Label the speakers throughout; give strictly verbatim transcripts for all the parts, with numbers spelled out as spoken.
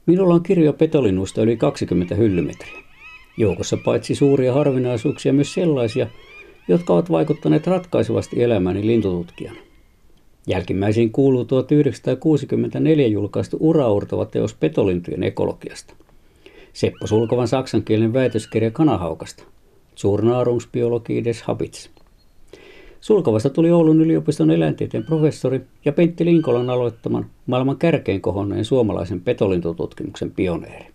Speaker 1: Minulla on kirjo petolinnuista yli kaksikymmentä hyllymetriä. Joukossa paitsi suuria harvinaisuuksia myös sellaisia, jotka ovat vaikuttaneet ratkaisevasti elämääni lintututkijana. Jälkimmäisiin kuuluu tuhatyhdeksänsataakuusikymmentäneljä julkaistu uraurtava teos petolintujen ekologiasta. Seppo Sulkovan saksankielinen väitöskirja kanahaukasta, Zur Nahrungsbiologie des Habits. Sulkovasta tuli Oulun yliopiston eläintieteen professori ja Pentti Linkolan aloittaman maailman kärkeen kohonneen suomalaisen petolintututkimuksen pioneeri.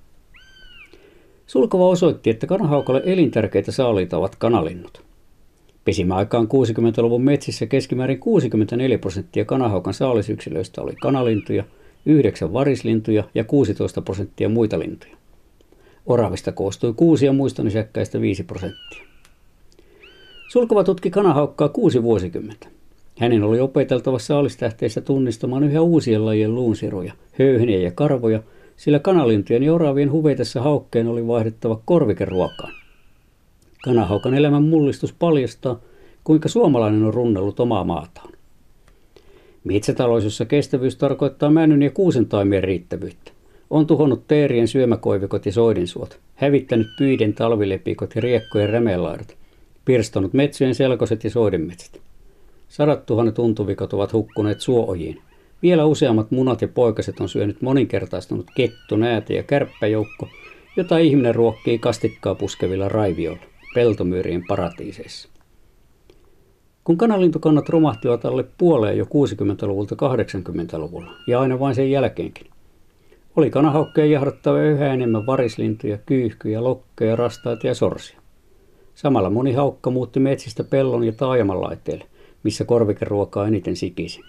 Speaker 1: Sulkova osoitti, että kanahaukalle elintärkeitä saaliita ovat kanalinnut. Pesimäaikaan kuusikymmentäluvun metsissä keskimäärin kuusikymmentäneljä prosenttia kanahaukan saalisyksilöistä oli kanalintuja, yhdeksän varislintuja ja kuusitoista prosenttia muita lintuja. Oravista koostui kuusi ja muista nisäkkäistä viisi prosenttia. Sulkova tutki kanahaukkaa kuusi vuosikymmentä. Hänen oli opeteltava saalistähteistä tunnistamaan yhä uusien lajien luunsiruja, höyheniä ja karvoja, sillä kanalintujen ja oravien huveitessa haukkeen oli vaihdettava korvikeruokaan. Kanahaukan elämän mullistus paljastaa, kuinka suomalainen on runnellut omaa maataan. Metsätalous, jossa kestävyys tarkoittaa männyn ja kuusentaimien riittävyyttä, on tuhonnut teerien syömäkoivikot ja soidinsuot, hävittänyt pyiden talvilepikot ja riekkojen rämelaidat, pirstonut metsyjen selkoset ja soidinmetsät. Sadat tuhannet untuvikot ovat hukkuneet suoojiin. Vielä useammat munat ja poikaset on syönyt moninkertaistunut kettu, näätä ja kärppäjoukko, jota ihminen ruokkii kastikkaa puskevilla raivioilla, peltomyyrien paratiiseissa. Kun kanalintukannat romahtivat alle puoleen jo kuusikymmentäluvulta kahdeksankymmentäluvulla ja aina vain sen jälkeenkin, oli kanahaukkeja jahdattava yhä enemmän varislintuja, kyyhkyjä, lokkeja, rastaita ja sorsia. Samalla moni haukka muutti metsistä pellon ja taajaman laitteelle, missä korvikeruokaa eniten sikisi.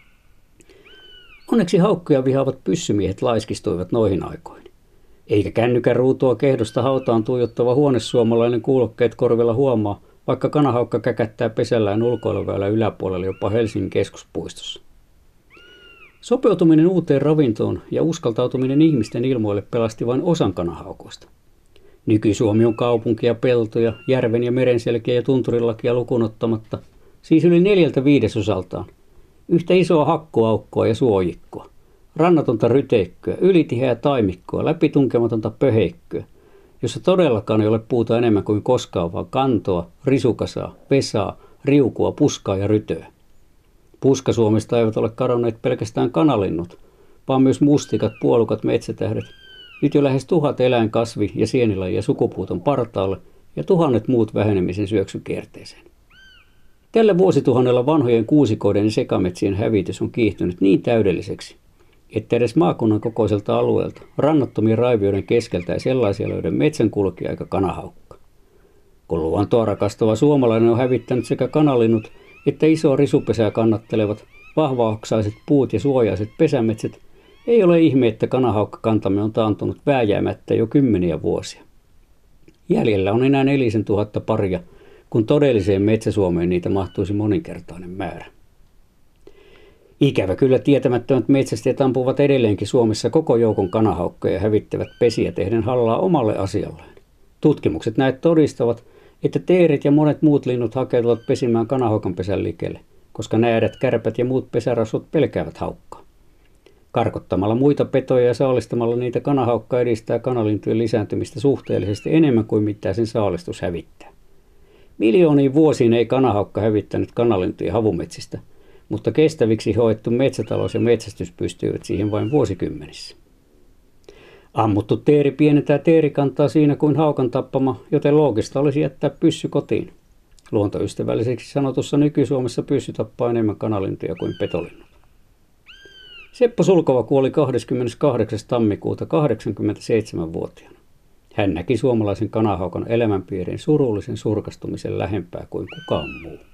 Speaker 1: Onneksi haukkoja vihaavat pyssymiehet laiskistuivat noihin aikoihin. Eikä kännykän ruutua kehdosta hautaan tuijottava huonesuomalainen kuulokkeet korvilla huomaa, vaikka kanahaukka käkättää pesällään ulkoiluväylän yläpuolella jopa Helsingin keskuspuistossa. Sopeutuminen uuteen ravintoon ja uskaltautuminen ihmisten ilmoille pelasti vain osan kanahaukoista. Nyky-Suomi on kaupunkia, peltoja, järven ja merenselkiä ja tunturillakia lukunottamatta, siis yli neljältä viidesosaltaan. Yhtä isoa hakkuaukkoa ja suojikkoa, rannatonta ryteikköä, ylitiheää taimikkoa, läpitunkematonta pöheikköä, jossa todellakaan ei ole puuta enemmän kuin koskaan, vaan kantoa, risukasaa, pesaa, riukua, puskaa ja rytöä. Puskasuomesta eivät ole kadonneet pelkästään kanalinnut, vaan myös mustikat, puolukat, metsätähdet. Nyt jo lähes tuhat eläin, kasvi- ja sienilajia sukupuuton partaalle ja tuhannet muut vähenemisen syöksykierteeseen. Tällä vuosituhannella vanhojen kuusikoiden ja sekametsien hävitys on kiihtynyt niin täydelliseksi, että edes maakunnan kokoiselta alueelta rannattomien raivioiden keskeltä ei sellaisia löydä metsänkulkija eikä kanahaukka. Kun luontoa rakastava suomalainen on hävittänyt sekä kanalinnut että isoa risupesää kannattelevat vahvaoksaiset puut ja suojaiset pesämetsät, ei ole ihme, että kanahaukkakantamme on taantunut vääjäämättä jo kymmeniä vuosia. Jäljellä on enää nelisen tuhatta paria, kun todelliseen Metsä-Suomeen niitä mahtuisi moninkertainen määrä. Ikävä kyllä tietämättömät metsästäjät ampuvat edelleenkin Suomessa koko joukon kanahaukkoja ja hävittävät pesiä tehden hallaa omalle asialleen. Tutkimukset näet todistavat, että teerit ja monet muut linnut hakeutuvat pesimään kanahaukan pesän likelle, koska näädät, kärpät ja muut pesärasvot pelkäävät haukkaa. Karkottamalla muita petoja ja saalistamalla niitä kanahaukka edistää kanalintujen lisääntymistä suhteellisesti enemmän kuin mitä sen saalistus hävittää. Miljooniin vuosiin ei kanahaukka hävittänyt kanalintuja havumetsistä, mutta kestäviksi hoettu metsätalous ja metsästys pystyivät siihen vain vuosikymmenissä. Ammuttu teeri pienentää teerikantaa siinä kuin haukan tappama, joten loogista olisi jättää pyssy kotiin. Luontoystävälliseksi sanotussa Nyky-Suomessa pyssy tappaa enemmän kanalintuja kuin petolinnut. Seppo Sulkova kuoli kahdeskymmeneskahdeksas tammikuuta kahdeksankymmentäseitsemänvuotiaana. Hän näki suomalaisen kanahaukan elämänpiirien surullisen surkastumisen lähempää kuin kukaan muu.